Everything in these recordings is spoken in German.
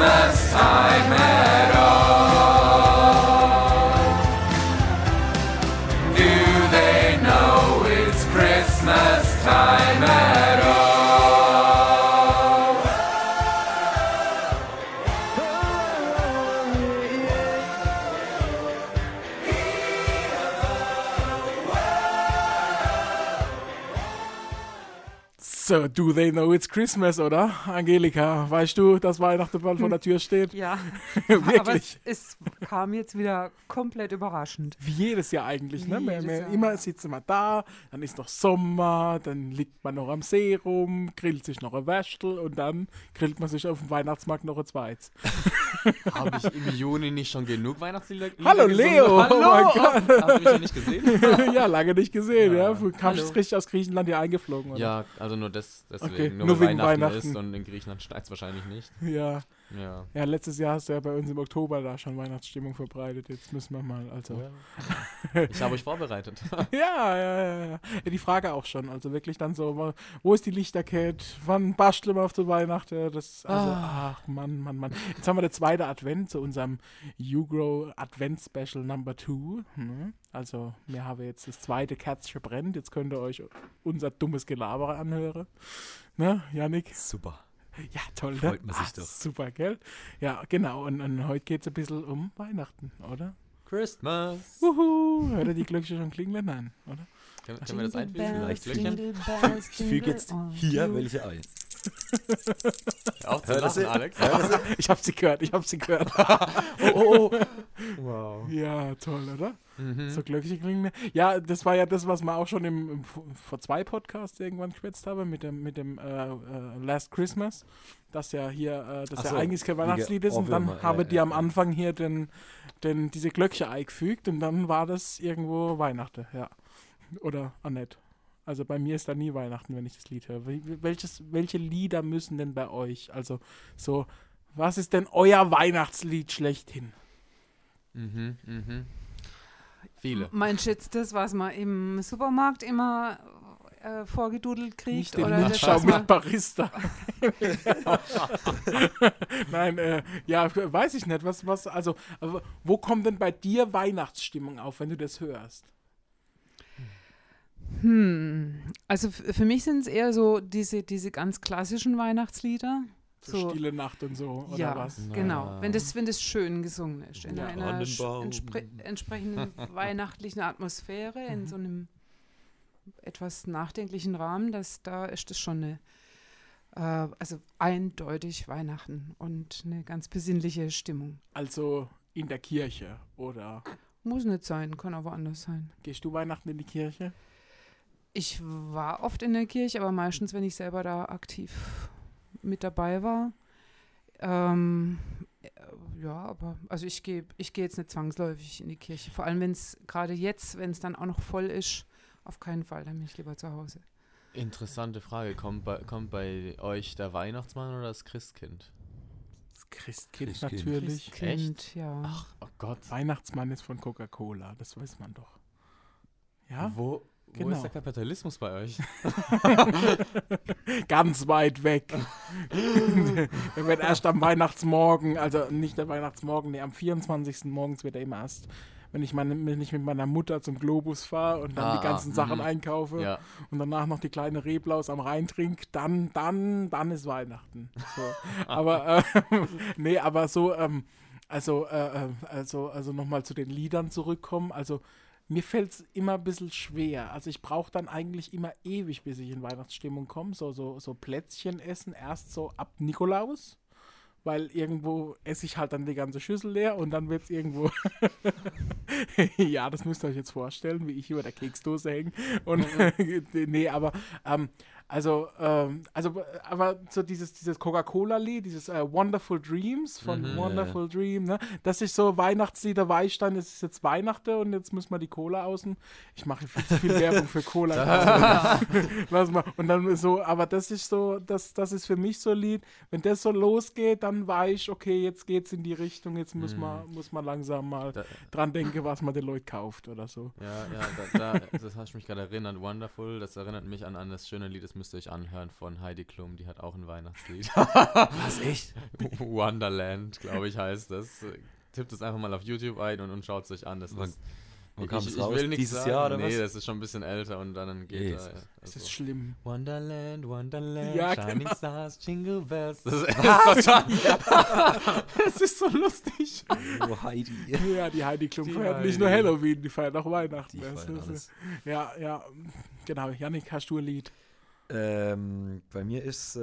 Christmas time at all? Do they know it's Christmas time at all? So, do they know it's Christmas, oder? Angelika, weißt du, dass Weihnachten bald vor der Tür steht? Ja, Wirklich? aber es kam jetzt wieder komplett überraschend. Wie jedes Jahr eigentlich, ne? Wie jedes Jahr. Immer sitzt man da, dann ist noch Sommer, dann liegt man noch am See rum, grillt sich noch ein Würstel und dann grillt man sich auf dem Weihnachtsmarkt noch ein zweites. Habe ich im Juni nicht schon genug Weihnachtslieder Hallo gesungen? Leo! Hallo! Oh mein Gott! Habt ihr mich ja nicht gesehen? Ja, lange nicht gesehen, ja. Ja. Du kamst Hallo. richtig aus Griechenland hier eingeflogen, oder? Ja, also nur deswegen. Okay, Nur nur weil wegen Weihnachten Weihnachten. ist und in Griechenland schneit es wahrscheinlich nicht. Ja. Ja. Ja, letztes Jahr hast du ja bei uns im Oktober da schon Weihnachtsstimmung verbreitet. Jetzt müssen wir mal, also. Ich habe euch vorbereitet. Ja. Die Frage auch schon. Also wirklich dann so, wo ist die Lichterkette? Wann basteln wir auf zu Weihnachten? Das, also, ach Mann. Jetzt haben wir den zweiten Advent zu unserem YouGrow Advent Special Number 2. Ne? Also, wir haben jetzt das zweite Kerzchen brennt. Jetzt könnt ihr euch unser dummes Gelaber anhören. Ne, Jannik? Super. Ja, toll, ne? Freut man sich doch. Super, gell? Ja, genau. Und heute geht es ein bisschen um Weihnachten, oder? Christmas. Wuhu! Hört ihr die Glöckchen schon klingeln? Nein, oder? Können wir das einfügen? Vielleicht Glöckchen? Ich füge jetzt hier welche ein. Auch zu Hört das lachen, ihr? Alex. Ich hab sie gehört. Oh. Wow. Ja, toll, oder? Mhm. So Glöckchen klingeln. Ja, das war ja das, was wir auch schon vor 2 Podcasts irgendwann geschwätzt haben, mit dem Last Christmas. Das ja hier, das Ach ja so, eigentlich kein Weihnachtslied ist. Und Ohrwürmer, dann habe ja, die ja, am ja. Anfang hier diese Glöckchen eingefügt und dann war das irgendwo Weihnachten, ja. Oder Annette. Also bei mir ist da nie Weihnachten, wenn ich das Lied höre. Welche Lieder müssen denn bei euch? Also so, was ist denn euer Weihnachtslied schlechthin? Viele. Meinst du jetzt das, was man im Supermarkt immer vorgedudelt kriegt? Nicht den oder das, Mundschau was mit man Barista. Nein, ja, weiß ich nicht. Also, wo kommt denn bei dir Weihnachtsstimmung auf, wenn du das hörst? Also für mich sind es eher so diese ganz klassischen Weihnachtslieder. So Stille Nacht und so, oder Ja, was? genau. Wenn das schön gesungen ist, in Ja, einer Tannenbaum. entsprechenden weihnachtlichen Atmosphäre, in so einem etwas nachdenklichen Rahmen, da ist das schon also eindeutig Weihnachten und eine ganz besinnliche Stimmung. Also in der Kirche, oder Muss nicht sein, kann auch woanders sein. gehst du Weihnachten in die Kirche? Ich war oft in der Kirche, aber meistens, wenn ich selber da aktiv mit dabei war. Ja, aber also ich gehe jetzt nicht zwangsläufig in die Kirche. Vor allem, gerade jetzt, wenn es dann auch noch voll ist, auf keinen Fall, dann bin ich lieber zu Hause. Interessante Frage. Kommt bei euch der Weihnachtsmann oder das Christkind? Das Christkind Christkind. natürlich. Kind, ja. Ach, oh Gott. Weihnachtsmann ist von Coca-Cola, das weiß man doch. Ja? Wo Genau. ist der Kapitalismus bei euch? Ganz weit weg. Der wird erst am Weihnachtsmorgen, also nicht der Weihnachtsmorgen, nee, am 24. morgens wird er immer erst, wenn ich mit meiner Mutter zum Globus fahre und dann die ganzen Sachen einkaufe Ja. und danach noch die kleine Reblaus am Rhein trinke, dann ist Weihnachten. So. Aber, nee, aber so, also nochmal zu den Liedern zurückkommen, also mir fällt es immer ein bisschen schwer. Also ich brauche dann eigentlich immer ewig, bis ich in Weihnachtsstimmung komme. So Plätzchen essen, erst so ab Nikolaus. Weil irgendwo esse ich halt dann die ganze Schüssel leer und dann wird es irgendwo... Ja, das müsst ihr euch jetzt vorstellen, wie ich über der Keksdose hänge. Und nee, aber... aber so dieses Coca-Cola-Lied, dieses Wonderful Dreams von Wonderful Dream, ne? Das ist so Weihnachtslieder, Weißstein, es ist jetzt Weihnachten und jetzt müssen wir die Cola außen. Ich mache viel zu viel Werbung für Cola. Lass mal. Und dann so, aber das ist so, das ist für mich so ein Lied, wenn das so losgeht, dann weiß ich, okay, jetzt geht's in die Richtung, jetzt muss man langsam mal dran denken, was man den Leuten kauft oder so. Ja, das hast du mich gerade erinnert. Wonderful, das erinnert mich an das schöne Lied, das müsst ihr euch anhören von Heidi Klum, die hat auch ein Weihnachtslied. Was, echt? Wonderland, glaube ich, heißt das. Tippt es einfach mal auf YouTube ein und schaut es euch an. Das ist, Wann kam es ich raus? will nichts Dieses sagen. Jahr oder nee, was? das ist schon ein bisschen älter und dann geht Jesus. da. Es ist schlimm. Wonderland, Wonderland, Ja, Shining genau. Stars, Jingle Bells. Das ist Es ist so lustig. Oh, Heidi. Ja, die Heidi Klum Die feiert nicht Heidi. nur Halloween, die feiert auch Weihnachten. Die Das feiern ist- alles. Ja, genau. Jannik, hast du ein Lied? Bei mir ist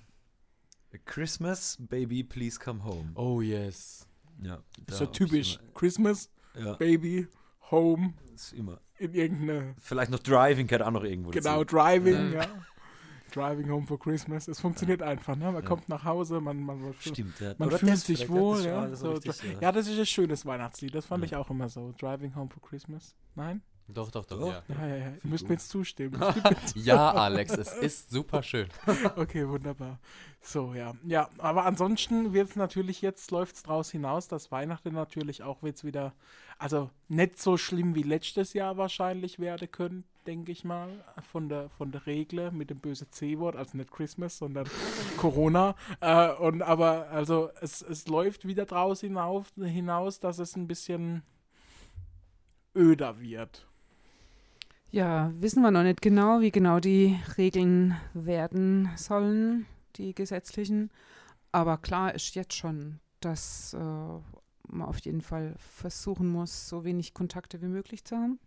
Christmas, Baby, Please Come Home. oh yes. Ja, Ist so typisch. Christmas, Ja, Baby, Home, ist immer. in irgendeine, Vielleicht noch Driving gehört auch noch irgendwo genau, dazu. Driving, Mhm. ja. Driving Home for Christmas. Es funktioniert einfach, ne? Man Ja. kommt nach Hause, man Stimmt, ja. Man Oder fühlt das sich vielleicht, wohl, das ist ja. alles So, richtig, ja, das ist ein schönes Weihnachtslied. Das fand Ja. ich auch immer so. Driving Home for Christmas. Nein? Doch, Doch. ja. Ja. Ihr müsst gut. mir jetzt zustimmen. Ja, Alex, es ist super schön. Okay, wunderbar. So, ja. Ja, aber ansonsten wird es natürlich jetzt, läuft es draus hinaus, dass Weihnachten natürlich auch jetzt wieder, also nicht so schlimm wie letztes Jahr wahrscheinlich werden können, denke ich mal, von der Regel mit dem bösen C-Wort, also nicht Christmas, sondern Corona. Aber also es läuft wieder draus hinaus, dass es ein bisschen öder wird. Ja, wissen wir noch nicht genau, wie genau die Regeln werden sollen, die gesetzlichen. Aber klar ist jetzt schon, dass man auf jeden Fall versuchen muss, so wenig Kontakte wie möglich zu haben.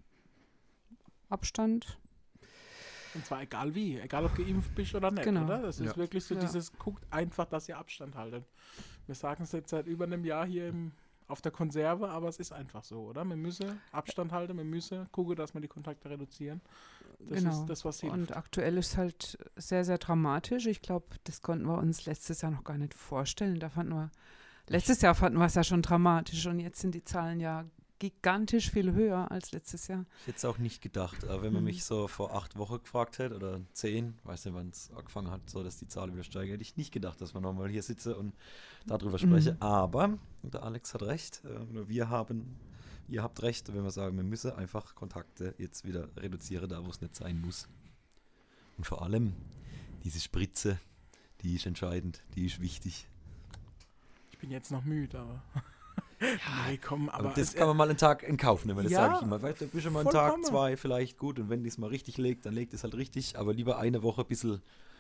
Abstand. Und zwar egal wie, egal ob geimpft bist oder nicht, Genau. oder? Das ist Ja. wirklich so Ja. dieses, guckt einfach, dass ihr Abstand haltet. Wir sagen es jetzt seit über einem Jahr hier auf der Konserve, aber es ist einfach so, oder? Wir müssen Abstand halten, wir müssen gucken, dass wir die Kontakte reduzieren. Das Genau. ist das, was hilft. Und aktuell ist halt sehr, sehr dramatisch. Ich glaube, das konnten wir uns letztes Jahr noch gar nicht vorstellen. Letztes Jahr fanden wir es ja schon dramatisch und jetzt sind die Zahlen ja gigantisch viel höher als letztes Jahr. Ich hätte es auch nicht gedacht. Aber wenn man Mhm. mich so vor 8 Wochen gefragt hätte oder 10, weiß nicht, wann es angefangen hat, so dass die Zahlen wieder steigen, hätte ich nicht gedacht, dass wir nochmal hier sitze und darüber spreche. Mhm. Aber der Alex hat recht. Ihr habt recht, wenn wir sagen, wir müssen einfach Kontakte jetzt wieder reduzieren, da wo es nicht sein muss. Und vor allem diese Spritze, die ist entscheidend, die ist wichtig. Ich bin jetzt noch müde, aber. Nee, komm, Aber aber. das kann man mal einen Tag in Kauf nehmen, das Ja, sage ich immer. Weißt du, bist schon mal einen Tag, vollkommen. 2 vielleicht gut und wenn die es mal richtig legt, dann legt es halt richtig, aber lieber eine Woche ein bisschen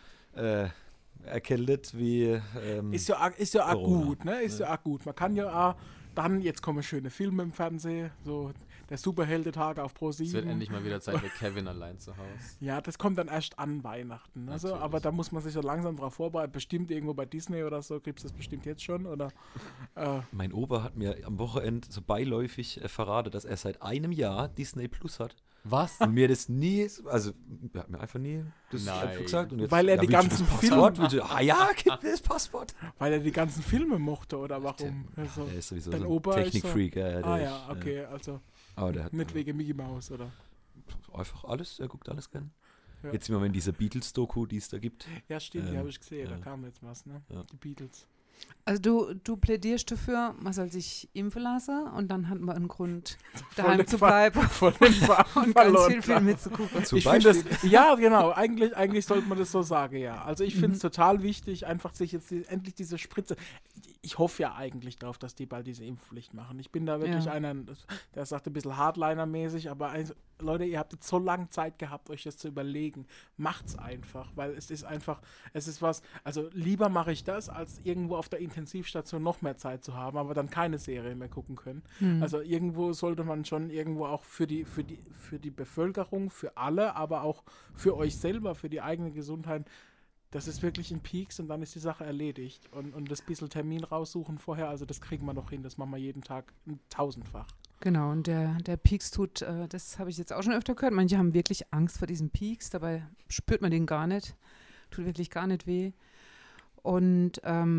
erkältet wie Ist ja auch Corona. gut, ne? Ist ja auch gut. Man kann ja auch dann, jetzt kommen schöne Filme im Fernsehen, so der Superheldentage auf Es wird Pro7. endlich mal wieder Zeit für Kevin allein zu Hause. Ja, das kommt dann erst an Weihnachten. Also, Natürlich. aber da muss man sich so langsam drauf vorbereiten. Bestimmt irgendwo bei Disney oder so gibt es das bestimmt jetzt schon. Oder Mein Opa hat mir am Wochenende so beiläufig verraten, dass er seit einem Jahr Disney Plus hat. Was? Und mir das nie, also er hat mir einfach nie das Nein. einfach gesagt. Und jetzt, Weil er die willst du ganzen das Passwort? Filme- Willst du, ja, gib mir das Passwort. weil er die ganzen Filme mochte oder warum? Der, Also, er ist sowieso dein so Opa ist Technikfreak. Ja, der ja, ist, okay, also aber der hat nicht wegen Mickey Mouse, oder? einfach alles, er guckt alles gern. Ja. Jetzt im Moment diese Beatles-Doku, die es da gibt. Ja, stimmt, die habe ich gesehen, da ja. kam jetzt was, ne? Ja. Die Beatles. Also du plädierst dafür, man soll sich impfen lassen und dann hat man einen Grund, Voll daheim den zu Ver- bleiben Voll den Faden und ganz verloren, viel klar. Filme zu gucken. Zum Ich finde Beispiel, das, ja, genau, eigentlich sollte man das so sagen, ja. Also ich finde es total wichtig, einfach sich jetzt endlich diese Spritze, ich hoffe ja eigentlich drauf, dass die bald diese Impfpflicht machen. Ich bin da wirklich Ja. einer, der sagt ein bisschen Hardliner-mäßig, aber Leute, ihr habt jetzt so lange Zeit gehabt, euch das zu überlegen. Macht's einfach, weil es ist was, also lieber mache ich das, als irgendwo auf der Intensivstation noch mehr Zeit zu haben, aber dann keine Serie mehr gucken können. Also irgendwo sollte man schon irgendwo auch für die Bevölkerung, für alle, aber auch für euch selber, für die eigene Gesundheit, das ist wirklich ein Peaks und dann ist die Sache erledigt. Und das bisschen Termin raussuchen vorher, also das kriegen wir noch hin, das machen wir jeden Tag 1000-fach. Genau, und der Peaks tut, das habe ich jetzt auch schon öfter gehört, manche haben wirklich Angst vor diesem Peaks, dabei spürt man den gar nicht, tut wirklich gar nicht weh. Und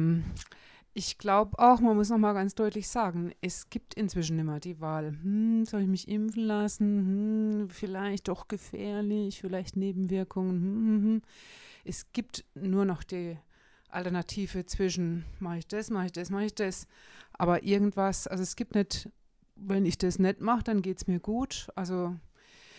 ich glaube auch, man muss nochmal ganz deutlich sagen, es gibt inzwischen immer die Wahl, soll ich mich impfen lassen, vielleicht doch gefährlich, vielleicht Nebenwirkungen, Es gibt nur noch die Alternative zwischen, mache ich das, aber irgendwas, also es gibt nicht, wenn ich das nicht mache, dann geht es mir gut, also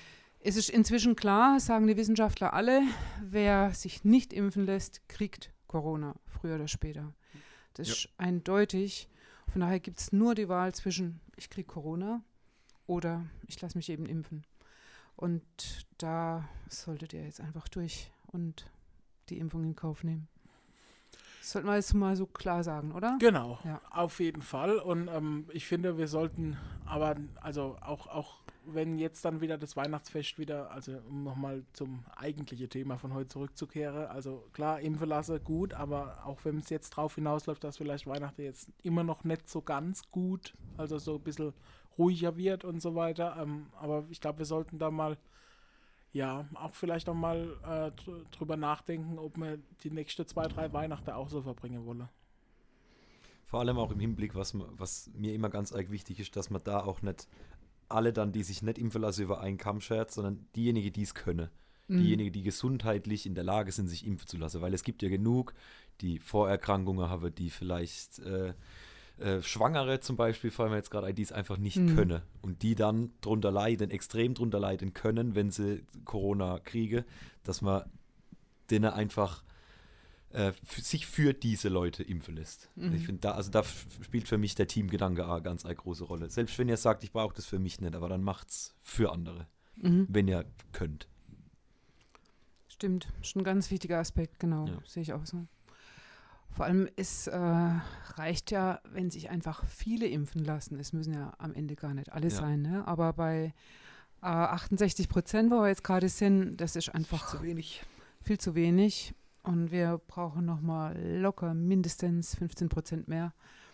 Es ist inzwischen klar, sagen die Wissenschaftler alle, wer sich nicht impfen lässt, kriegt Corona, früher oder später. Das ist eindeutig. Von daher gibt es nur die Wahl zwischen, ich kriege Corona oder ich lasse mich eben impfen. Und da solltet ihr jetzt einfach durch und die Impfung in Kauf nehmen. Das sollten wir jetzt mal so klar sagen, oder? Genau, Ja. auf jeden Fall. Und ich finde, wir sollten aber, also auch wenn jetzt dann wieder das Weihnachtsfest wieder, also um nochmal zum eigentlichen Thema von heute zurückzukehren, also klar, impfen lassen, gut, aber auch wenn es jetzt drauf hinausläuft, dass vielleicht Weihnachten jetzt immer noch nicht so ganz gut, also so ein bisschen ruhiger wird und so weiter, aber ich glaube, wir sollten da mal auch vielleicht auch mal drüber nachdenken, ob wir die nächsten 2, 3 Weihnachten auch so verbringen wollen. Vor allem auch im Hinblick, was mir immer ganz arg wichtig ist, dass man da auch nicht alle dann, die sich nicht impfen lassen, über einen Kamm schert, sondern diejenigen, die es können. Diejenigen, die gesundheitlich in der Lage sind, sich impfen zu lassen. Weil es gibt ja genug, die Vorerkrankungen haben, die vielleicht Schwangere zum Beispiel, fallen wir jetzt gerade ein, die es einfach nicht können. Und die dann extrem drunter leiden können, wenn sie Corona kriegen, dass man denen einfach sich für diese Leute impfen lässt. Ich finde, da spielt für mich der Teamgedanke eine ganz eine große Rolle. Selbst wenn ihr sagt, ich brauche das für mich nicht, aber dann macht's für andere, wenn ihr könnt. Stimmt, ist ein ganz wichtiger Aspekt, genau, sehe ich auch so. Vor allem, es reicht ja, wenn sich einfach viele impfen lassen. Es müssen ja am Ende gar nicht alle sein, ne? Aber bei 68%, wo wir jetzt gerade sind, das ist einfach viel zu wenig. Und wir brauchen nochmal locker mindestens 15% mehr.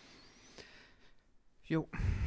Jo.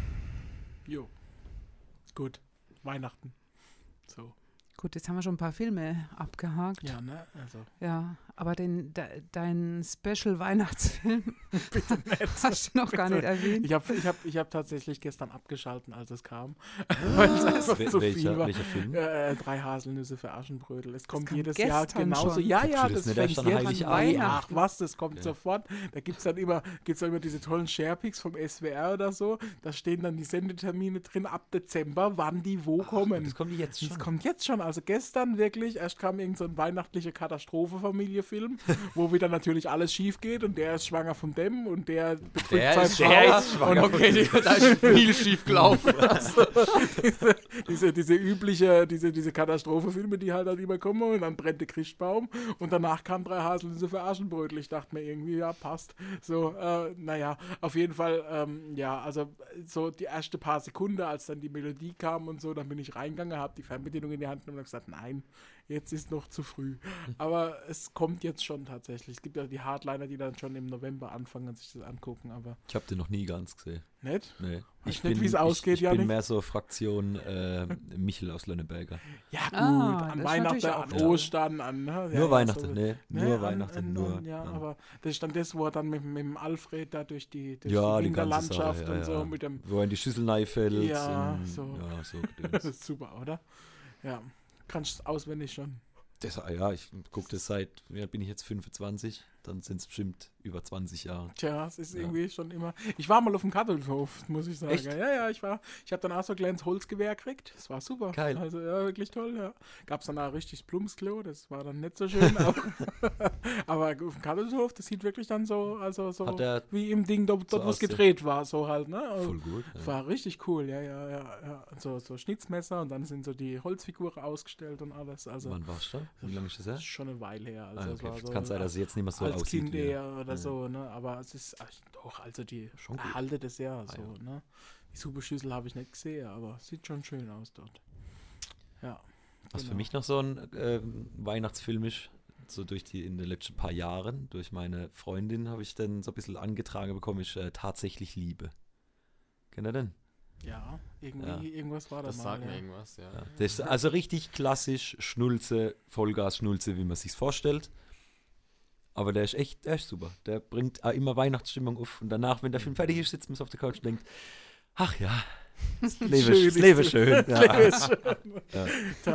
Gut. Weihnachten. So. Gut, jetzt haben wir schon ein paar Filme abgehakt. Ja, ne? Also. Ja, aber dein Special-Weihnachtsfilm hast du noch gar nicht erwähnt. Ich hab tatsächlich gestern abgeschalten, als es kam. Weil es einfach zu viel war. Welcher Film? 3 Haselnüsse für Aschenbrödel. Es kommt jedes gestern Jahr genauso. schon. Ja, das das nicht fängt erst an jetzt Heiligabend? an. Ach was, das kommt sofort. Da gibt es dann immer diese tollen Sharepics vom SWR oder so. Da stehen dann die Sendetermine drin ab Dezember, wann die wo kommen. Das kommt jetzt schon. Das kommt jetzt schon. Also gestern wirklich, erst kam irgend so ein weihnachtlicher Katastrophe-Familie-Film, wo wieder natürlich alles schief geht und der ist schwanger von dem und der betrügt seine Frau. ist schwanger. Okay, da ist viel schief gelaufen. diese Katastrophe-Filme, die halt dann immer kommen und dann brennt der Christbaum und danach kam 3 Haselnüsse für Aschenbrödel. Ich dachte mir irgendwie, ja, passt. So, auf jeden Fall, also so die erste paar Sekunden, als dann die Melodie kam und so, dann bin ich reingegangen, habe die Fernbedienung in die Hand genommen und gesagt, nein, jetzt ist noch zu früh. Aber es kommt jetzt schon tatsächlich. Es gibt ja die Hardliner, die dann schon im November anfangen und sich das angucken, aber... Ich habe den noch nie ganz gesehen. Nicht? Nee. Ich nicht, wie es ausgeht, Ich bin mehr so Fraktion Michel aus Lönneberger. Ja gut, Ah, an das ist Weihnachten, natürlich an auch Ostern, an... Nur Weihnachten, so, nur Weihnachten, nur. Ja, aber das ist dann das, wo er dann mit dem Alfred da durch die Die ganze Winterlandschaft Sache, und so mit dem... Wo er in die Schüssel reinfällt. Ja, und, so. Ja, so Das ist super, oder? Ja, kannst du auswendig schon. Ich gucke das bin ich jetzt 25, dann sind es bestimmt über 20 Jahre. Tja, es ist irgendwie schon immer... Ich war mal auf dem Kattelshof, muss ich sagen. Echt? Ja, ich habe dann auch so ein kleines Holzgewehr gekriegt. Das war super. Geil. Also, ja, wirklich toll, ja. Gab es dann auch richtig Plumpsklo, das war dann nicht so schön. aber auf dem Kattelshof, das sieht wirklich dann so, also so wie im Ding, dort wo es gedreht war, so halt, ne? Also, Voll gut. Ja. war richtig cool, ja. So Schnitzmesser und dann sind so die Holzfiguren ausgestellt und alles. Also, Wann warst du da? Wie lange ist das her? das ist schon eine Weile her. Also, es Okay. war so, Kann sein, dass es jetzt nicht mehr so als aussieht. Kind wie- eher oder Ja. so, ne? Aber es ist doch, also die Schon gut. erhalten das ja so, ja. ne? Die Superschüssel habe ich nicht gesehen, aber sieht schon schön aus dort. Ja. Was für genau. mich noch so ein Weihnachtsfilm ist, so in den letzten paar Jahren, durch meine Freundin habe ich dann so ein bisschen angetragen bekommen, ist Tatsächlich Liebe. Kennt ihr den? Ja, Ja. irgendwas war da Das mal. sagt mir Ja. irgendwas, ja. Das ist also richtig klassisch Schnulze, Vollgas-Schnulze, wie man sich's vorstellt. Aber der ist super. Der bringt auch immer Weihnachtsstimmung auf. Und danach, wenn der Film fertig ist, sitzt man so auf der Couch und denkt, ach ja, das Leben schön. Ja. Ja.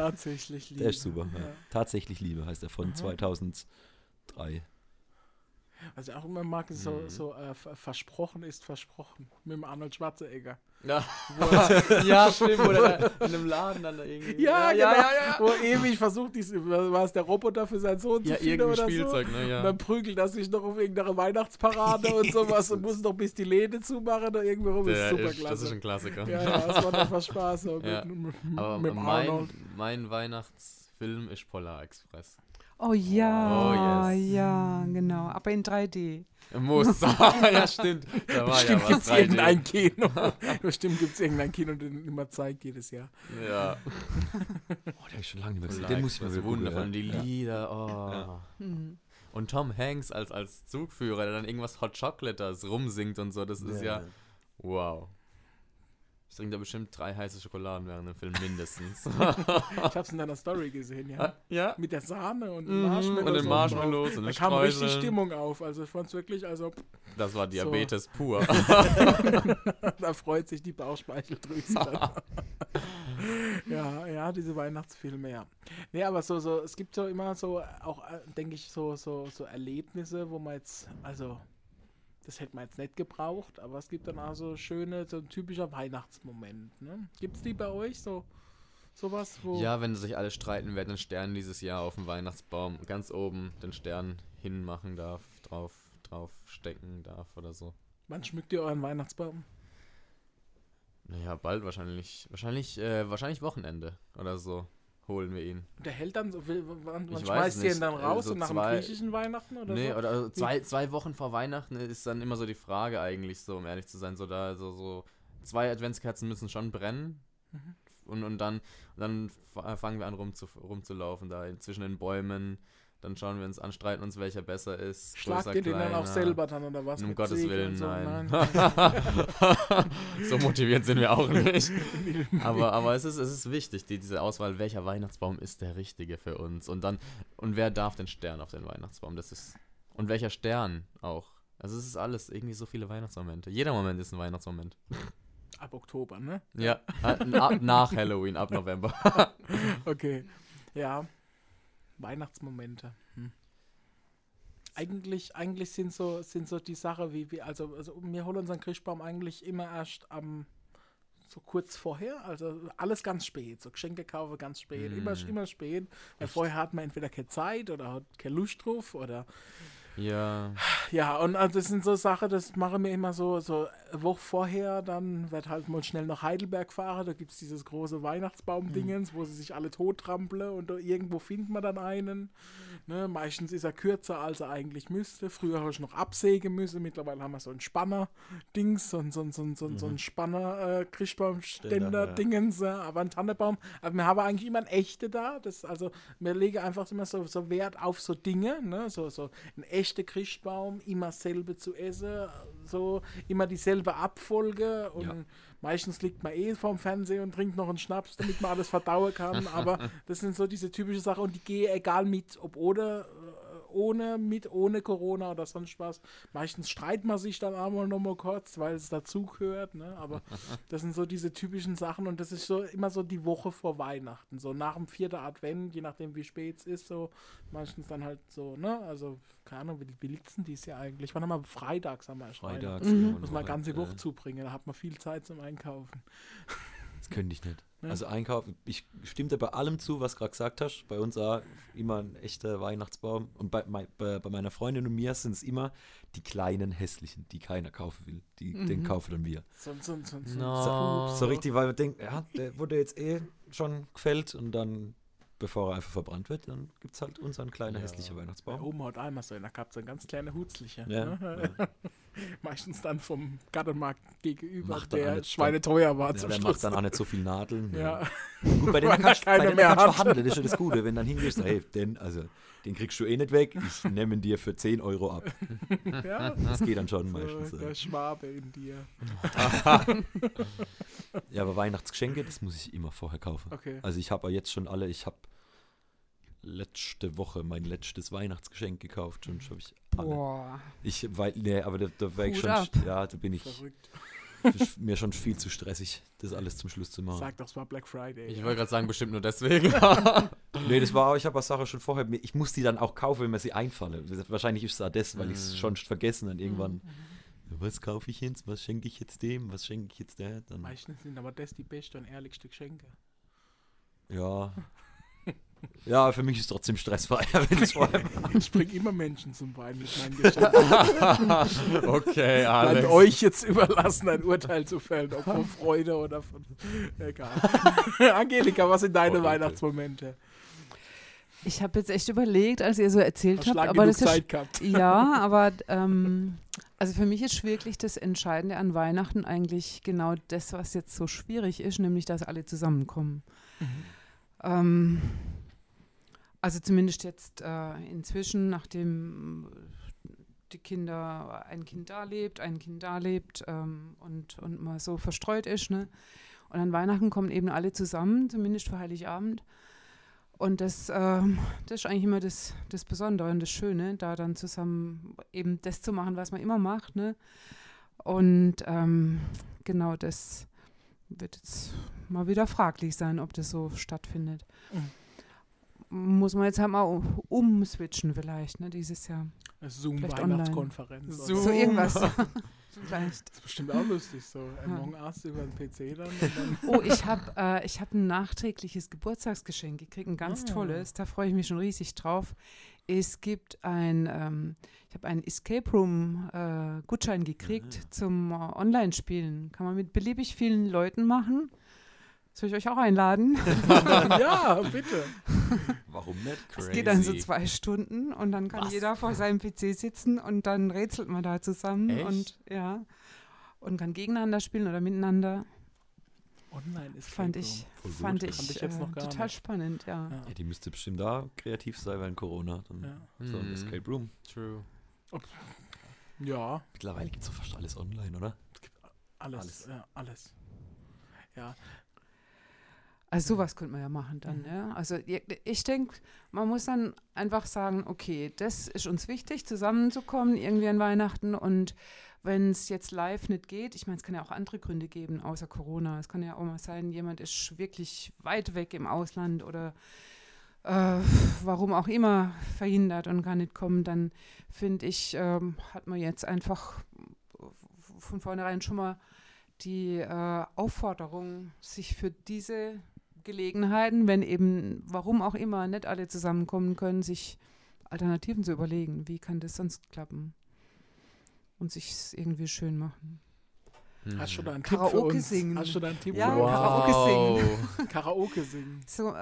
Tatsächlich Liebe. Der ist super. Ja. Ja. Tatsächlich Liebe heißt er von 2003. Was ich auch immer mag, ist versprochen ist versprochen. Mit dem Arnold Schwarzenegger. Ja, ja stimmt. Oder in einem Laden dann irgendwie. Ja, genau. Wo ewig versucht, war es der Roboter für seinen Sohn zu finden oder Spielzeug, so. ne, ja. Und dann prügelt er sich noch auf irgendeine Weihnachtsparade und sowas und muss noch bis die Läden zumachen oder irgendwie rum. Ist super klasse. Das ist ein Klassiker. Ja, das war einfach Spaß. So Ja. Aber mit dem Arnold. mein Weihnachtsfilm ist Polar Express. Oh ja, Oh, yes. ja, genau. Aber in 3D. Muss sein. Ja, stimmt. Da war Bestimmt ja gibt es was 3D. irgendein Kino. Bestimmt gibt es irgendein Kino, den immer zeigt jedes Jahr. Ja. Oh, den hab ich schon lange nicht mehr gesehen. Polar Den muss ich mal Express, wieder gucken. wundervoll. Ja. Die Lieder, oh. Ja. Mhm. Und Tom Hanks als Zugführer, der dann irgendwas Hot Chocolate rumsingt und so, das ist ja wow. Ich trinke da bestimmt 3 heiße Schokoladen während dem Film mindestens. Ich hab's in deiner Story gesehen, ja. Ja. Mit der Sahne und Mhm, Marshmallows. und den oben Marshmallows drauf. und Da den kam richtig Streuseln. Stimmung auf. Also ich fand's wirklich, Das war Diabetes pur. da freut sich die Bauchspeicheldrüse dann. ja, diese Weihnachtsfilme, ja. Nee, aber so, es gibt so immer so, auch, denke ich, so Erlebnisse, wo man jetzt, also, das hätte man jetzt nicht gebraucht, aber es gibt dann auch so schöne, so ein typischer Weihnachtsmoment, ne? Gibt's die bei euch, sowas, wo... Ja, wenn sich alle streiten, wer den Stern dieses Jahr auf dem Weihnachtsbaum ganz oben den Stern hinmachen darf, drauf stecken darf oder so. Wann schmückt ihr euren Weihnachtsbaum? Naja, bald wahrscheinlich Wochenende oder so holen wir ihn. Der hält dann so, wann Ich weiß schmeißt ihr ihn nicht, dann raus so und nach dem 2 griechischen Weihnachten oder Nee, so? oder also 2 Wochen vor Weihnachten ist dann immer so die Frage eigentlich so, um ehrlich zu sein, so 2 Adventskerzen müssen schon brennen. Und dann fangen wir an rumzulaufen da zwischen den Bäumen. Dann schauen wir uns an, streiten uns, welcher besser ist. Schlagt größer, ihr den dann kleiner. auch selber dann oder was? Um mit Gottes Säge Willen, und so? nein. Nein. So motiviert sind wir auch nicht. aber es ist wichtig, diese Auswahl, welcher Weihnachtsbaum ist der richtige für uns. Und wer darf den Stern auf den Weihnachtsbaum? Und welcher Stern auch. Also es ist alles, irgendwie so viele Weihnachtsmomente. Jeder Moment ist ein Weihnachtsmoment. Ab Oktober, ne? Ja, nach Halloween, ab November. Okay, ja. Weihnachtsmomente. Eigentlich sind so die Sache, also wir holen unseren Christbaum eigentlich immer erst so kurz vorher, also alles ganz spät, so Geschenke kaufen ganz spät, immer spät, weil vorher hat man entweder keine Zeit oder hat keine Lust drauf oder Ja. ja, und also das sind so Sachen, das machen wir immer so eine Woche vorher, dann wird halt mal schnell nach Heidelberg gefahren, da gibt es dieses große Weihnachtsbaum-Dingens, wo sie sich alle tottrampeln und da irgendwo findet man dann einen. Ne? Meistens ist er kürzer, als er eigentlich müsste. Früher habe ich noch absägen müssen, mittlerweile haben wir so ein Spanner-Dings, so ein Spanner-Christbaum-Ständer-Dingens, aber ein Tannenbaum. Aber wir haben eigentlich immer einen echten da, also wir legen einfach immer so Wert auf so Dinge, ne? So ein echter Christbaum, immer selbe zu essen, so immer dieselbe Abfolge und meistens liegt man vorm Fernseher und trinkt noch einen Schnaps, damit man alles verdauen kann, aber das sind so diese typische Sachen und die gehe egal mit, ob ohne Corona oder sonst was. Meistens streitet man sich dann einmal noch mal kurz, weil es dazugehört, ne? Aber das sind so diese typischen Sachen und das ist so immer so die Woche vor Weihnachten, so nach dem 4. Advent, je nachdem wie spät es ist, so meistens dann halt so, ne? Also, keine Ahnung, wie liegt es denn dies Jahr eigentlich? Wann haben wir freitags haben wir erst Freitags. Weihnachten. Muss man ganze Woche zubringen, da hat man viel Zeit zum Einkaufen. Das könnte ich nicht. Ja. Also einkaufen, ich stimme dir bei allem zu, was du gerade gesagt hast. Bei uns auch immer ein echter Weihnachtsbaum. Und bei meiner Freundin und mir sind es immer die kleinen hässlichen, die keiner kaufen will. Den kaufen dann wir. So richtig, weil man denkt, ja, der wurde jetzt schon gefällt und dann, bevor er einfach verbrannt wird, dann gibt es halt unseren kleinen hässlichen Bei Weihnachtsbaum. Oma hat einmal so, da gab es ein ganz kleine Hutzliche. Ja, Ne? Meistens dann vom Gartenmarkt gegenüber, Macht dann der alles schweineteuer war Ja, zum der Schluss. macht dann auch nicht so viel Nadeln. Ja. Gut, bei denen Weil er kannst keine du mehr hat. verhandeln, das ist ja das Gute. Wenn dann hingehst, so, hey, den kriegst du eh nicht weg, ich nehme ihn dir für 10 Euro ab. Ja, Das geht dann schon meistens. so, der Schwabe in dir. Ja, aber Weihnachtsgeschenke, das muss ich immer vorher kaufen. Okay. Also ich habe jetzt schon alle, ich habe letzte Woche mein letztes Weihnachtsgeschenk gekauft, schon habe ich alle. Boah. Aber da war ich Hut schon, ab. ja, da bin ich, Verrückt. Ist mir schon viel zu stressig, das alles zum Schluss zu machen. Sag doch, es war Black Friday. Ich wollte gerade sagen, bestimmt nur deswegen. Nee, ich habe eine Sache schon vorher, ich muss die dann auch kaufen, wenn mir sie einfalle. Wahrscheinlich ist es auch das, weil ich es schon vergessen und irgendwann, was kaufe ich jetzt, was schenke ich jetzt dem, was schenke ich jetzt der? Dann, Meistens sind aber das die beste und ehrlichste Geschenke. ja. Ja, für mich ist es trotzdem stressfrei, wenn ich vorher mache. Ich bringe immer Menschen zum Weinen mit meinen Geschenken. Okay, Bleibt Alex. euch jetzt überlassen, ein Urteil zu fällen, ob von Freude oder von... Egal. Angelika, was sind deine Okay. Weihnachtsmomente? Ich habe jetzt echt überlegt, als ihr so erzählt Hast habt, lang aber genug das ist Zeit gehabt. ja, aber also für mich ist wirklich das Entscheidende an Weihnachten eigentlich genau das, was jetzt so schwierig ist, nämlich dass alle zusammenkommen. Also zumindest jetzt inzwischen, nachdem ein Kind da lebt und man so verstreut ist, ne? Und an Weihnachten kommen eben alle zusammen, zumindest für Heiligabend. Und das ist eigentlich immer das Besondere und das Schöne, da dann zusammen eben das zu machen, was man immer macht, ne? Und genau das wird jetzt mal wieder fraglich sein, ob das so stattfindet. Muss man jetzt halt mal umswitchen vielleicht, ne, dieses Jahr. Zoom-Weihnachtskonferenz. Zoom. So irgendwas. Vielleicht. Das ist bestimmt auch lustig, so Among Us über den PC dann. Und dann Oh, ich hab ein nachträgliches Geburtstagsgeschenk gekriegt, ein ganz tolles. Da freue ich mich schon riesig drauf. Es gibt ich habe einen Escape Room Gutschein gekriegt zum Online-Spielen. Kann man mit beliebig vielen Leuten machen. Soll ich euch auch einladen? ja, bitte. Warum nicht? Es geht dann so 2 Stunden und dann kann jeder vor seinem PC sitzen und dann rätselt man da zusammen. Echt? Und ja, und kann gegeneinander spielen oder miteinander. Online ist Fand ich Kannte ich jetzt noch gar total nicht. spannend, ja. Ja. Ja, die müsste bestimmt da kreativ sein während Corona. Dann Ja. so ein Escape Room. True. Ja, Mittlerweile gibt es doch fast alles online, oder? alles. Ja, alles. Ja, Also sowas könnte man ja machen dann, ja. Also ich denke, man muss dann einfach sagen, okay, das ist uns wichtig, zusammenzukommen irgendwie an Weihnachten und wenn es jetzt live nicht geht, ich meine, es kann ja auch andere Gründe geben, außer Corona. Es kann ja auch mal sein, jemand ist wirklich weit weg im Ausland oder warum auch immer verhindert und kann nicht kommen, dann finde ich, hat man jetzt einfach von vornherein schon mal die Aufforderung, sich für diese Gelegenheiten, wenn eben, warum auch immer, nicht alle zusammenkommen können, sich Alternativen zu überlegen. Wie kann das sonst klappen? Und sich es irgendwie schön machen. hast du da einen Tipp für Karaoke uns? singen. Hast du da einen Tipp Ja, für uns? Karaoke singen. Karaoke singen. So,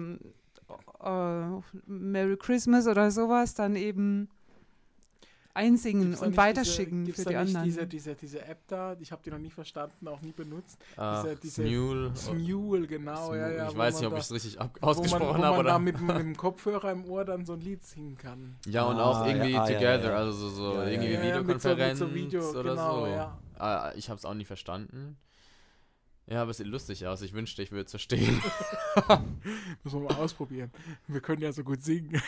Merry Christmas oder sowas, dann eben einsingen Gibt's da und nicht weiterschicken gibt's für da die nicht anderen. Diese App da, ich habe die noch nie verstanden, auch nie benutzt. Diese Smule. Smule, genau, ja. Ich wo weiß man nicht, ob da- ich es richtig wo ausgesprochen man habe. da Oder? mit dem Kopfhörer im Ohr dann so ein Lied singen kann. Ja, und auch irgendwie ja, together, ja. also so Ja, ja, irgendwie ja. Videokonferenz mit so Video, oder genau, so. ja. Ich habe es auch nie verstanden. Ja, aber es sieht lustig aus. Ich wünschte, ich würde es verstehen. Müssen wir mal ausprobieren. Wir können ja so gut singen.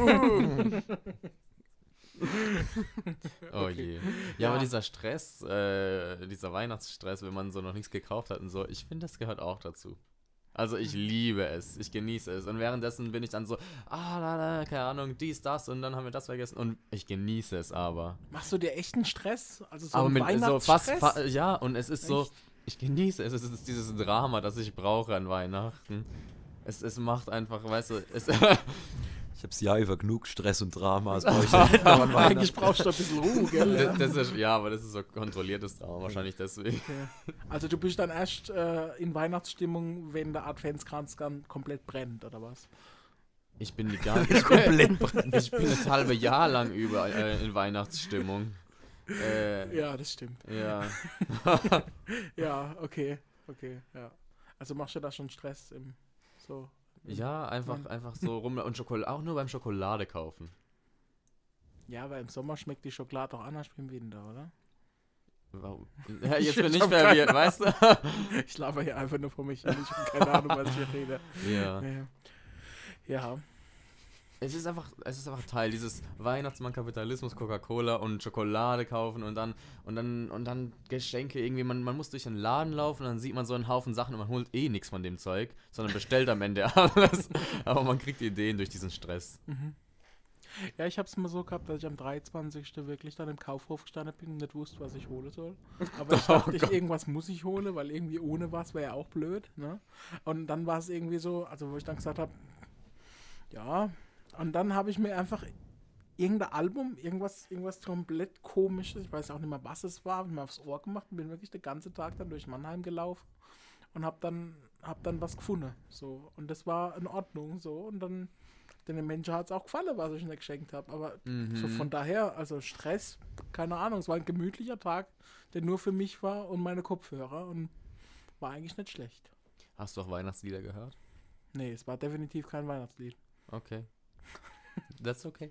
Oh je. Ja, aber dieser Stress, dieser Weihnachtsstress, wenn man so noch nichts gekauft hat und so, ich finde, das gehört auch dazu. Also ich liebe es, ich genieße es. Und währenddessen bin ich dann so, keine Ahnung, dies, das und dann haben wir das vergessen. Und ich genieße es aber. Machst du dir echten Stress? Also so Aber einen mit so fast, Weihnachtsstress? ja, und es ist so, Echt? ich genieße es. Es ist dieses Drama, das ich brauche an Weihnachten. Es macht einfach, weißt du, es Ich habe das Jahr über genug Stress und Drama. Das brauche ich nicht. Aber an Eigentlich Weihnachten- brauchst du ein bisschen Ruhe, gell? Ja. das ist, ja, aber das ist so kontrolliertes Drama, wahrscheinlich deswegen. Okay. Also du bist dann erst in Weihnachtsstimmung, wenn der Adventskranz dann komplett brennt, oder was? Ich bin die ganze komplett Ich bin das halbe Jahr lang über in Weihnachtsstimmung. Ja, das stimmt. Ja. Ja, okay, ja. Also machst du da schon Stress so. Ja, einfach so rum und Schokolade, auch nur beim Schokolade kaufen. Ja, weil im Sommer schmeckt die Schokolade auch anders wie im Winter, oder? Warum? Ja, jetzt bin Ich ich hab verwirrt, keine weißt du? Ich laber hier einfach nur vor mich hin. Ich habe keine Ahnung, was ich hier rede. Ja. Ja. Es ist einfach Teil dieses Weihnachtsmann-Kapitalismus, Coca-Cola und Schokolade kaufen und dann Geschenke irgendwie. Man muss durch den Laden laufen und dann sieht man so einen Haufen Sachen und man holt eh nichts von dem Zeug, sondern bestellt am Ende alles. Aber man kriegt Ideen durch diesen Stress. Ja, ich habe es mal so gehabt, dass ich am 23. wirklich dann im Kaufhof gestanden bin und nicht wusste, was ich holen soll. Aber ich dachte, irgendwas muss ich holen, weil irgendwie ohne was wäre ja auch blöd. Ne? Und dann war es irgendwie so, also wo ich dann gesagt habe, ja, und dann habe ich mir einfach irgendein Album, irgendwas komplett Komisches, ich weiß auch nicht mehr, was es war, habe ich mir aufs Ohr gemacht und bin wirklich den ganzen Tag dann durch Mannheim gelaufen und hab dann was gefunden. So. Und das war in Ordnung. So. Und dann den Menschen hat es auch gefallen, was ich ihnen geschenkt habe. Aber so von daher, also Stress, keine Ahnung, es war ein gemütlicher Tag, der nur für mich war und meine Kopfhörer und war eigentlich nicht schlecht. Hast du auch Weihnachtslieder gehört? Nee, es war definitiv kein Weihnachtslied. Okay. That's okay.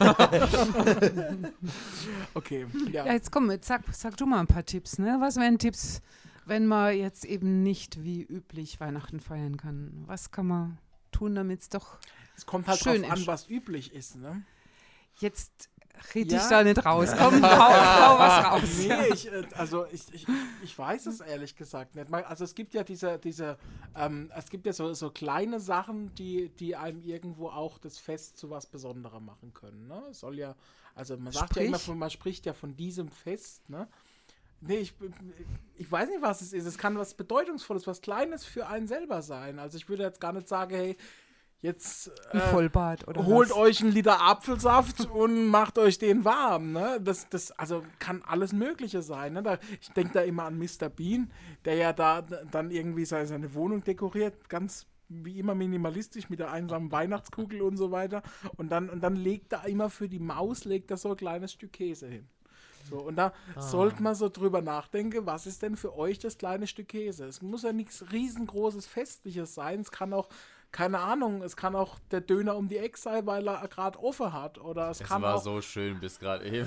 Okay, ja. Ja, jetzt komm, sag du mal ein paar Tipps, ne? Was wären Tipps, wenn man jetzt eben nicht wie üblich Weihnachten feiern kann? Was kann man tun, damit es doch Es kommt halt schön drauf an, ist. was üblich ist, ne? jetzt red Ja. dich da nicht raus. Komm, hau was raus. Nee, ich weiß es ehrlich gesagt nicht. Also es gibt ja es gibt ja so kleine Sachen, die einem irgendwo auch das Fest zu was Besonderem machen können. Ne? Es soll ja, also man sagt ja immer, man spricht ja von diesem Fest, ne? Nee, ich weiß nicht, was es ist. Es kann was Bedeutungsvolles, was Kleines für einen selber sein. Also ich würde jetzt gar nicht sagen, hey, jetzt Ein Vollbad oder holt was? euch einen Liter Apfelsaft und macht euch den warm. Ne? Das also kann alles Mögliche sein. Ne? Ich denke da immer an Mr. Bean, der ja da dann irgendwie seine Wohnung dekoriert, ganz wie immer minimalistisch mit der einsamen Weihnachtskugel und so weiter. Und dann legt er immer für die Maus so ein kleines Stück Käse hin. So, und da sollte man so drüber nachdenken, was ist denn für euch das kleine Stück Käse? Es muss ja nichts riesengroßes, Festliches sein. Es kann auch, keine Ahnung, es kann auch der Döner um die Ecke sein, weil er gerade offen hat. Oder es kann war auch, so schön bis gerade eben.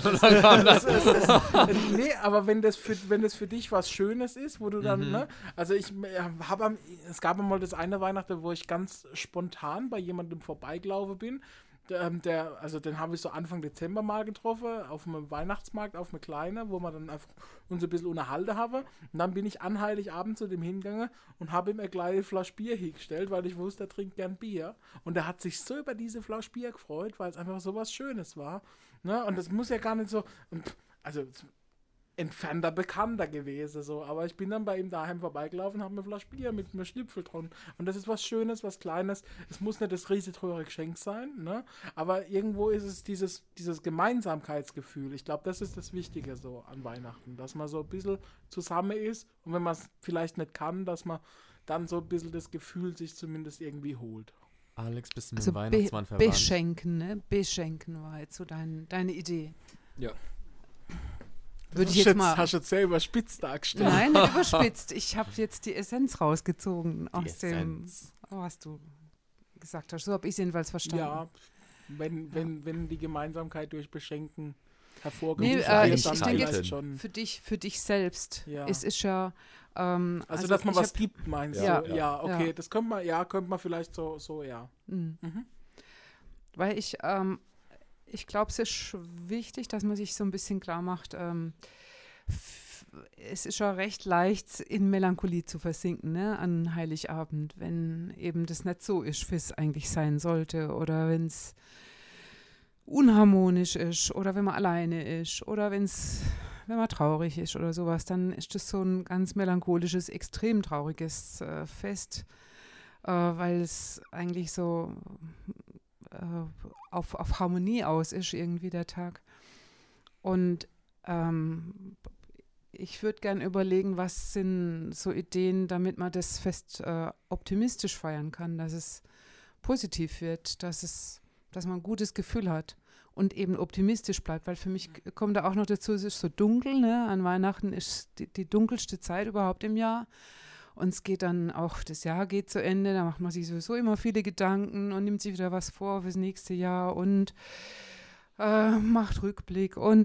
nee, aber wenn das für dich was Schönes ist, wo du dann, ne, also es gab einmal das eine Weihnachten, wo ich ganz spontan bei jemandem vorbeigelaufen bin. Den habe ich so Anfang Dezember mal getroffen, auf einem Weihnachtsmarkt, auf einem kleinen, wo man dann einfach uns ein bisschen unterhalten habe. Und dann bin ich an Heiligabend zu dem hingegangen und habe ihm eine kleine Flasche Bier hingestellt, weil ich wusste, er trinkt gern Bier. Und er hat sich so über diese Flasche Bier gefreut, weil es einfach so was Schönes war. Ne? Und das muss ja gar nicht so, also entfernter Bekannter gewesen, so. Aber ich bin dann bei ihm daheim vorbeigelaufen und habe mir eine Flasche Bier mit einem Schnipfel drin. Und das ist was Schönes, was Kleines. Es muss nicht das riesig teure Geschenk sein, ne? Aber irgendwo ist es dieses Gemeinsamkeitsgefühl. Ich glaube, das ist das Wichtige so an Weihnachten, dass man so ein bisschen zusammen ist und wenn man es vielleicht nicht kann, dass man dann so ein bisschen das Gefühl sich zumindest irgendwie holt. Alex, bist du mit Also dem Weihnachtsmann verwandt? beschenken, ne? Beschenken war jetzt so deine Idee. Ja. Würde ich jetzt mal. Hast du jetzt selber spitz dargestellt? Nein, nicht überspitzt. Ich habe jetzt die Essenz rausgezogen Die aus dem, Essenz. was du gesagt hast. So habe ich es jedenfalls verstanden. Ja, wenn die Gemeinsamkeit durch Beschenken hervorgehoben Nee, wird, ich dann denke vielleicht jetzt schon. Für dich selbst. Ja. Es ist ja. Also, dass man ich was hab- gibt, meinst Ja. du? Ja, okay, Ja. das könnte man vielleicht so, ja. Weil ich glaube, es ist wichtig, dass man sich so ein bisschen klar macht, es ist schon recht leicht, in Melancholie zu versinken, ne, an Heiligabend, wenn eben das nicht so ist, wie es eigentlich sein sollte, oder wenn es unharmonisch ist, oder wenn man alleine ist, oder wenn man traurig ist oder sowas, dann ist das so ein ganz melancholisches, extrem trauriges Fest, weil es eigentlich so auf Harmonie aus ist, irgendwie der Tag. Und ich würde gern überlegen, was sind so Ideen, damit man das Fest optimistisch feiern kann, dass es positiv wird, dass man ein gutes Gefühl hat und eben optimistisch bleibt, weil für mich kommt da auch noch dazu, es ist so dunkel, ne? An Weihnachten ist die dunkelste Zeit überhaupt im Jahr. Und es geht dann auch, das Jahr geht zu Ende, da macht man sich sowieso immer viele Gedanken und nimmt sich wieder was vor fürs nächste Jahr und macht Rückblick und.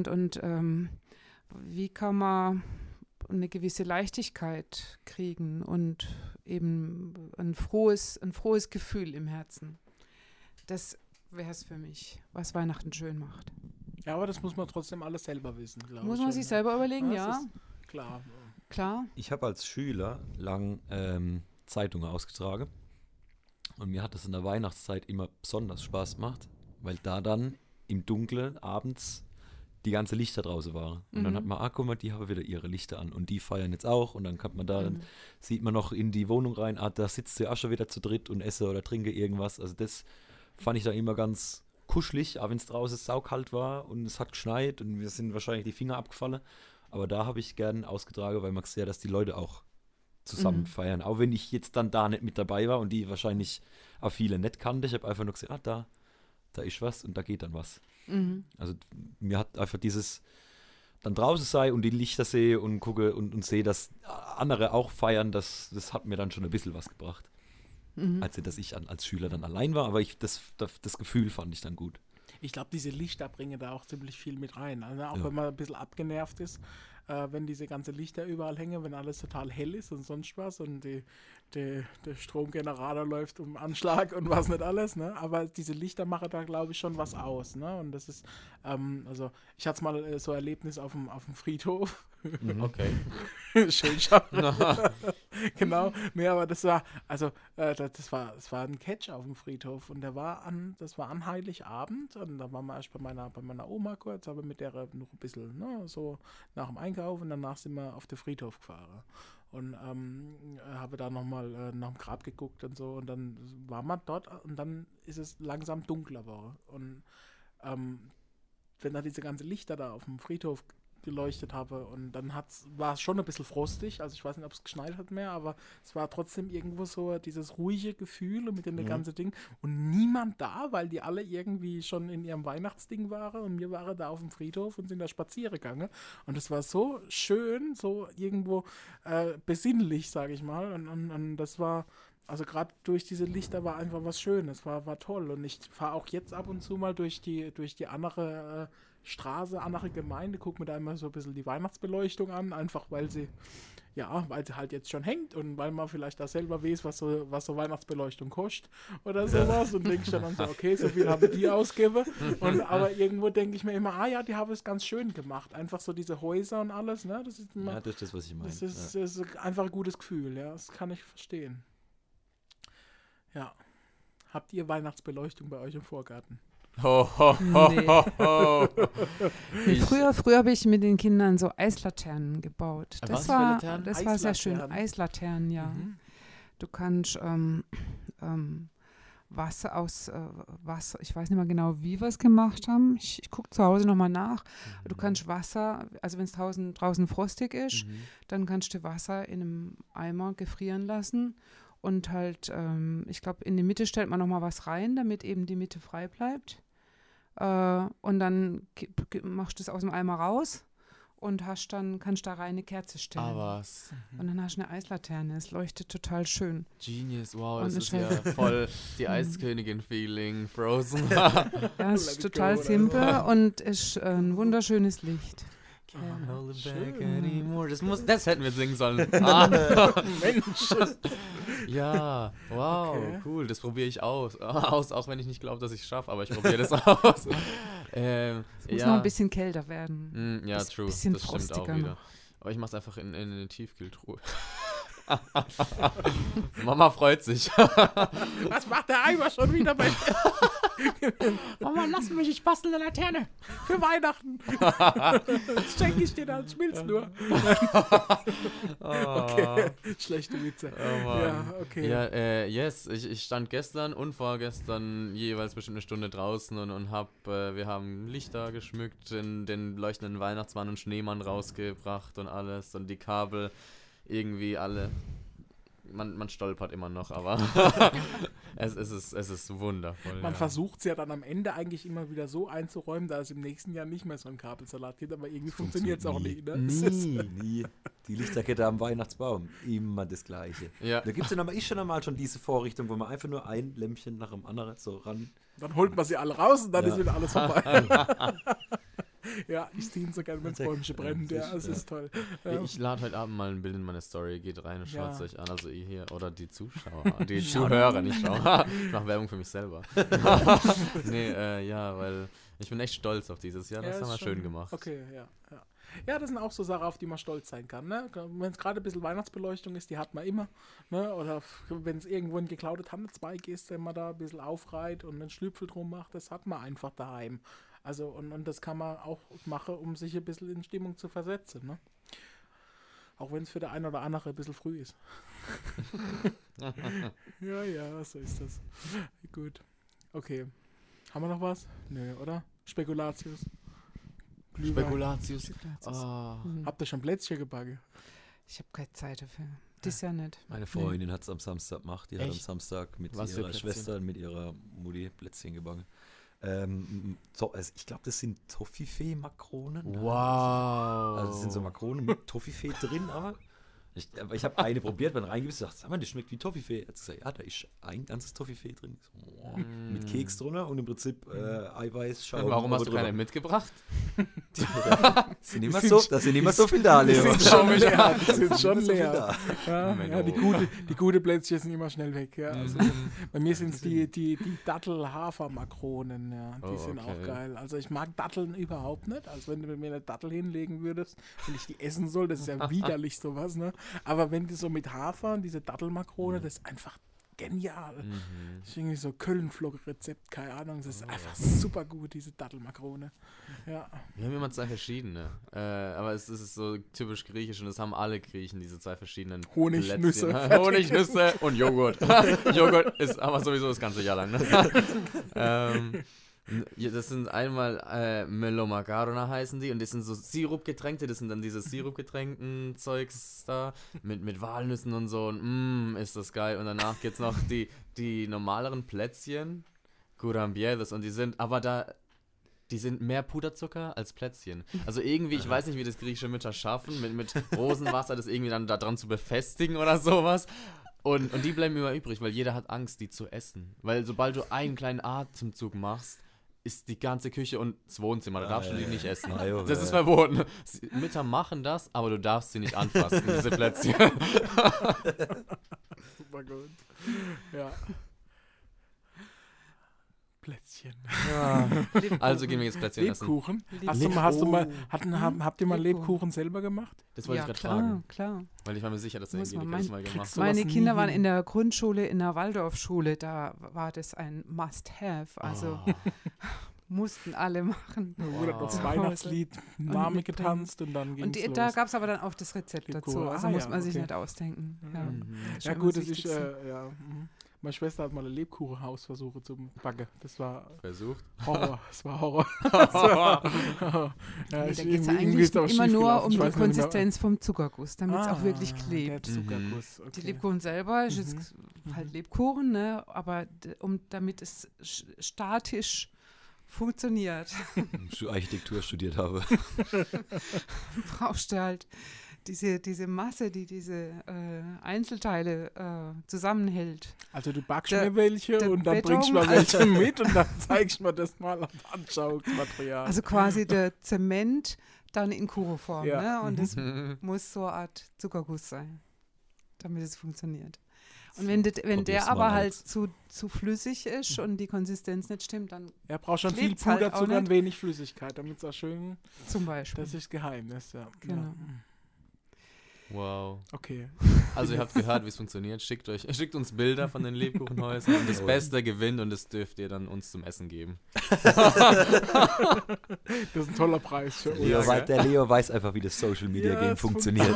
Wie kann man eine gewisse Leichtigkeit kriegen und eben ein frohes Gefühl im Herzen. Das wäre es für mich, was Weihnachten schön macht. Ja, aber das muss man trotzdem alles selber wissen, glaube ich. Muss man sich selber überlegen, das ja. ist klar. Klar. Ich habe als Schüler lang Zeitungen ausgetragen und mir hat das in der Weihnachtszeit immer besonders Spaß gemacht, weil da dann im Dunkeln abends die ganze Lichter draußen waren. Und dann hat man, guck mal, die haben wieder ihre Lichter an und die feiern jetzt auch und dann kann man da, dann sieht man noch in die Wohnung rein, da sitzt sie auch schon wieder zu dritt und esse oder trinke irgendwas. Also das fand ich da immer ganz kuschelig, auch wenn es draußen saukalt war und es hat geschneit und wir sind wahrscheinlich die Finger abgefallen. Aber da habe ich gern ausgetragen, weil man sieht, dass die Leute auch zusammen feiern. Auch wenn ich jetzt dann da nicht mit dabei war und die wahrscheinlich auch viele nicht kannte. Ich habe einfach nur gesehen, da ist was und da geht dann was. Also mir hat einfach dieses dann draußen sei und die Lichter sehe und gucke und sehe, dass andere auch feiern, das hat mir dann schon ein bisschen was gebracht. Als dass ich als Schüler dann allein war, aber das Gefühl fand ich dann gut. Ich glaube, diese Lichter bringen da auch ziemlich viel mit rein. Also auch wenn man ein bisschen abgenervt ist, wenn diese ganzen Lichter überall hängen, wenn alles total hell ist und sonst was und der Stromgenerator läuft um Anschlag und was nicht alles, ne? Aber diese Lichter machen da, glaube ich, schon was aus, ne? Und das ist, also ich hatte mal so ein Erlebnis auf dem Friedhof. Okay. Schön schauen. Genau. Nee, aber das war ein Catch auf dem Friedhof und das war an Heiligabend und da waren wir erst bei meiner Oma kurz, aber mit der noch ein bisschen, ne, so nach dem Einkauf und danach sind wir auf den Friedhof gefahren. Und habe da nochmal nach dem Grab geguckt und so und dann war man dort und dann ist es langsam dunkler geworden. Und wenn da diese ganzen Lichter da auf dem Friedhof geleuchtet habe und dann war es schon ein bisschen frostig, also ich weiß nicht, ob es geschneit hat mehr, aber es war trotzdem irgendwo so dieses ruhige Gefühl und mit dem ganzen Ding und niemand da, weil die alle irgendwie schon in ihrem Weihnachtsding waren und wir waren da auf dem Friedhof und sind da spazieren gegangen und es war so schön, so irgendwo besinnlich, sage ich mal und das war, also gerade durch diese Lichter war einfach was Schönes, war toll und ich fahre auch jetzt ab und zu mal durch die andere Straße, andere Gemeinde, gucke mir da immer so ein bisschen die Weihnachtsbeleuchtung an, einfach weil sie halt jetzt schon hängt und weil man vielleicht da selber weiß, was so Weihnachtsbeleuchtung kostet oder sowas und denke ich dann so, okay, so viel haben die ausgegeben aber irgendwo denke ich mir immer, die haben es ganz schön gemacht, einfach so diese Häuser und alles, ne, das ist immer, das ist das, was ich meine. Das ist einfach ein gutes Gefühl, ja, das kann ich verstehen. Ja. Habt ihr Weihnachtsbeleuchtung bei euch im Vorgarten? Ho, ho, ho, Nee. ho, ho. Früher habe ich mit den Kindern so Eislaternen gebaut. Was Das für war, Laternen? das war sehr schön. Eislaternen? Eislaternen, ja. Du kannst Wasser aus Wasser, ich weiß nicht mehr genau, wie wir es gemacht haben. Ich gucke zu Hause nochmal nach. Du kannst Wasser, also wenn es draußen frostig ist, dann kannst du Wasser in einem Eimer gefrieren lassen. Und halt, ich glaube, in die Mitte stellt man nochmal was rein, damit eben die Mitte frei bleibt. Und dann machst du es aus dem Eimer raus und kannst da rein eine Kerze stellen. Ah, was? Und dann hast du eine Eislaterne. Es leuchtet total schön. Genius, wow, Und das ist es ja voll die Eiskönigin-Feeling, Frozen. Ja, es Let ist it total go, simpel und ist ein wunderschönes Licht. Can't hold it back Schön. anymore. Das hätten wir singen sollen. Mensch! Ja, wow, Okay. cool. Das probiere ich aus, auch wenn ich nicht glaube, dass ich es schaffe, aber ich probiere das aus. Es muss noch ein bisschen kälter werden. Ja, Bis- true. bisschen Das stimmt auch frostiger wieder. noch. Aber ich mach's einfach in eine Tiefkühltruhe. Mama freut sich. Was macht der Eimer schon wieder bei dir? Mama, lass mich, ich bastel eine Laterne für Weihnachten. Das schenke ich dir, dann schmilzt nur. Okay, schlechte Witze. Oh Mann. Ja, okay. Ja, yes, ich stand gestern und vorgestern jeweils bestimmt eine Stunde draußen und wir haben Lichter geschmückt, den leuchtenden Weihnachtsmann und Schneemann rausgebracht und alles und die Kabel irgendwie alle. Man stolpert immer noch, aber es ist wundervoll. Man ja. versucht es ja dann am Ende eigentlich immer wieder so einzuräumen, dass es im nächsten Jahr nicht mehr so einen Kabelsalat gibt, aber irgendwie funktioniert es auch nicht. Ne? Es ist- Nie. Die Lichterkette am Weihnachtsbaum, immer das Gleiche. Ja. Da gibt es ja schon einmal diese Vorrichtung, wo man einfach nur ein Lämpchen nach dem anderen so ran. Dann holt man sie alle raus und dann Ja. ist wieder alles vorbei. Ja, ich ziehe ihn so gerne, wenn das Bäumchen brennt. Ja, das ist toll. Ich lade heute Abend mal ein Bild in meine Story, geht rein und schaut es Ja. euch an. Also ihr hier, oder die Zuschauer, die Zuhörer, nicht Schauer. Ich mache Werbung für mich selber. Nee, ja, weil ich bin echt stolz auf dieses Jahr. Das Ja, haben wir ist schön schon- gemacht. Okay, ja. Ja, das sind auch so Sachen, auf die man stolz sein kann. Ne? Wenn es gerade ein bisschen Weihnachtsbeleuchtung ist, die hat man immer. Ne? Oder wenn es irgendwo ein geklautes Tannenzweig ist, den man da ein bisschen aufreiht und einen Schlüpfel drum macht, das hat man einfach daheim. Also, und das kann man auch machen, um sich ein bisschen in Stimmung zu versetzen. Ne? Auch wenn es für der eine oder andere ein bisschen früh ist. Ja, so ist das. Gut. Okay. Haben wir noch was? Nö, oder? Spekulatius. Glühwein. Spekulatius. Spekulatius. Oh, Habt ihr schon Plätzchen gebacken? Ich habe keine Zeit dafür. Das ja nicht. Meine Freundin hat es am Samstag gemacht. Die hat am Echt? Samstag mit Was für ihrer Plätzchen? Schwester und mit ihrer Mutti Plätzchen gebacken. Ich glaube, das sind Toffifee-Makronen. wow. Also es sind so Makronen mit Toffifee drin, aber ich habe eine probiert, wenn reingebissen, sagt, sag mal, das schmeckt wie Toffifee. Hat sie gesagt, ja, da ist ein ganzes Toffifee drin. Ich so, wow. Mit Keks drunter und im Prinzip Eiweiß, Schaum. Warum hast du drüber. keine mitgebracht? Das sind immer so viel da, Die Leo. sind schon leer. Die sind schon so viel leer. da. Ja, Menno. ja, die gute Plätzchen sind immer schnell weg. Ja. Also, bei mir sind es die Dattel-Hafer-Makronen. Ja. Die Oh, sind okay. auch geil. Also ich mag Datteln überhaupt nicht. Also wenn du mir eine Dattel hinlegen würdest, wenn ich die essen soll, das ist ja widerlich sowas. Ne? Aber wenn die so mit Hafer und diese Dattelmakrone, das ist einfach genial. Das ist irgendwie so Köln-Flog-Rezept, keine Ahnung. Das ist einfach super gut, diese Dattelmakrone. Ja. Wir haben immer zwei verschiedene. Aber es ist so typisch griechisch und das haben alle Griechen, diese zwei verschiedenen Honignüsse. Plätzchen. Honignüsse und Joghurt. Joghurt ist aber sowieso das ganze Jahr lang. Ne? Ja, das sind einmal Melomacarona heißen die und das sind so Sirupgetränke, das sind dann diese Sirupgetränkten Zeugs da mit Walnüssen und so und ist das geil und danach gibt's noch die normaleren Plätzchen, Curambieres und die sind mehr Puderzucker als Plätzchen. Also irgendwie, ich weiß nicht, wie das griechische Mütter schaffen, mit Rosenwasser das irgendwie dann da dran zu befestigen oder sowas. Und die bleiben immer übrig, weil jeder hat Angst, die zu essen. Weil sobald du einen kleinen Atemzug machst, ist die ganze Küche und das Wohnzimmer, da darfst du die nicht essen. Ah, Das ist verboten. Mütter machen das, aber du darfst sie nicht anfassen, diese Plätzchen. Super gut. Ja. Plätzchen. Also gehen wir jetzt Plätzchen essen. Lebkuchen? Lebkuchen. Habt ihr mal Lebkuchen. Lebkuchen selber gemacht? Das wollte Ja, ich gerade klar, fragen. klar. Weil ich war mir sicher, dass Muss Angelika man das meinen. mal gemacht hat. Sowas Meine Kinder nie waren hin. in der Grundschule, in der Waldorfschule, da war das ein Must-Have. Also mussten alle machen. Da wurde Wow. das Weihnachtslied Name mitbringen. getanzt und dann ging Und es los. da gab es aber dann auch das Rezept Lebkuchen. dazu. Also Ah, muss ja, man sich okay. nicht ausdenken. Ja, Ja schon gut, das das ist, Wichtigste. ja. Meine Schwester hat mal ein Lebkuchenhaus versucht zum Backen. Das war Versucht. Horror. Das war Horror. Ja, Nee, ich- da geht es ja irgendwie eigentlich ist aber immer nur schiefgelaufen. um Ich die weiß nicht genau. Konsistenz vom Zuckerguss, damit es auch wirklich Der klebt. Zuckerguss. Okay. Die Lebkuchen selber ist jetzt halt Lebkuchen, ne? Aber damit es statisch funktioniert, Architektur studiert habe. brauchst du halt diese Masse, die diese Einzelteile zusammenhält. Also du backst Der- mir welche der und dann Beton, bringst du mal also- welche mit und dann zeigst du mir das mal am Anschauungsmaterial. Also quasi der Zement dann in Kuchenform. Ja. Ne? Und das muss so eine Art Zuckerguss sein, damit es funktioniert. Und wenn Probier's der mal aber halt aus. zu flüssig ist und die Konsistenz nicht stimmt, dann Er braucht schon viel klebt's halt Puderzucker auch und nicht. wenig Flüssigkeit, damit es auch schön, zum Beispiel. das ist Geheimnis, ja. Genau. Ja. Wow. Okay. Also ihr habt gehört, wie es funktioniert. Schickt uns Bilder von den Lebkuchenhäusern und das Beste gewinnt und das dürft ihr dann uns zum Essen geben. Das ist ein toller Preis für uns. Der Leo weiß einfach, wie das Social Media Ja, Game es funktioniert.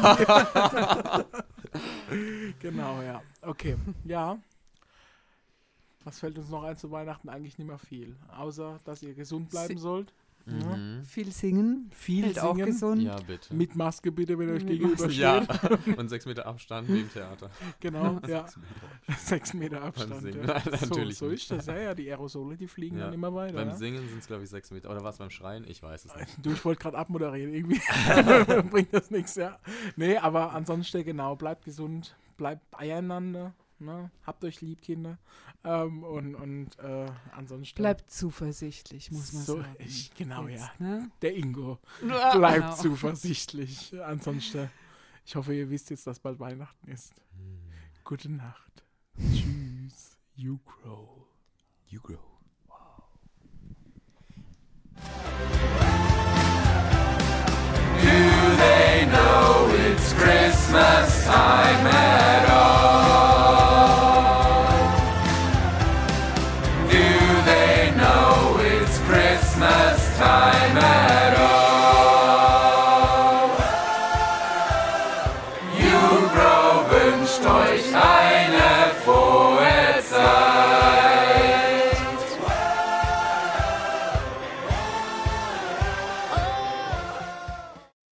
Genau, ja. Okay, ja. Was fällt uns noch ein zu Weihnachten? Eigentlich nicht mehr viel. Außer, dass ihr gesund bleiben sollt. Ja. Mhm. Viel singen, Viel hält auch singen. gesund. Ja, bitte. Mit Maske bitte, wenn ihr euch Mit gegenübersteht. Ja, und 6 Meter Abstand wie im Theater. Genau, ja. 6 Meter Beim Abstand. Singen. Ja. Nein, natürlich so nicht. ist das, ja. Die Aerosole, die fliegen Ja. dann immer weiter. Beim Ja. Singen sind es, glaube ich, 6 Meter. Oder was beim Schreien? Ich weiß es nicht. Du, ich wollte gerade abmoderieren. Irgendwie bringt das nichts, ja. Nee, aber ansonsten genau, bleibt gesund, bleibt beieinander. Ne? Habt euch lieb, Kinder. Ansonsten. Bleibt zuversichtlich, muss man so, sagen. Genau, Jetzt, ja. ne? Der Ingo. Ja, Bleibt genau. zuversichtlich. Ansonsten, ich hoffe, ihr wisst jetzt, dass bald Weihnachten ist. Gute Nacht. Tschüss. You grow. You grow. Do they know it's Christmas time at all? Do they know it's Christmas time at all?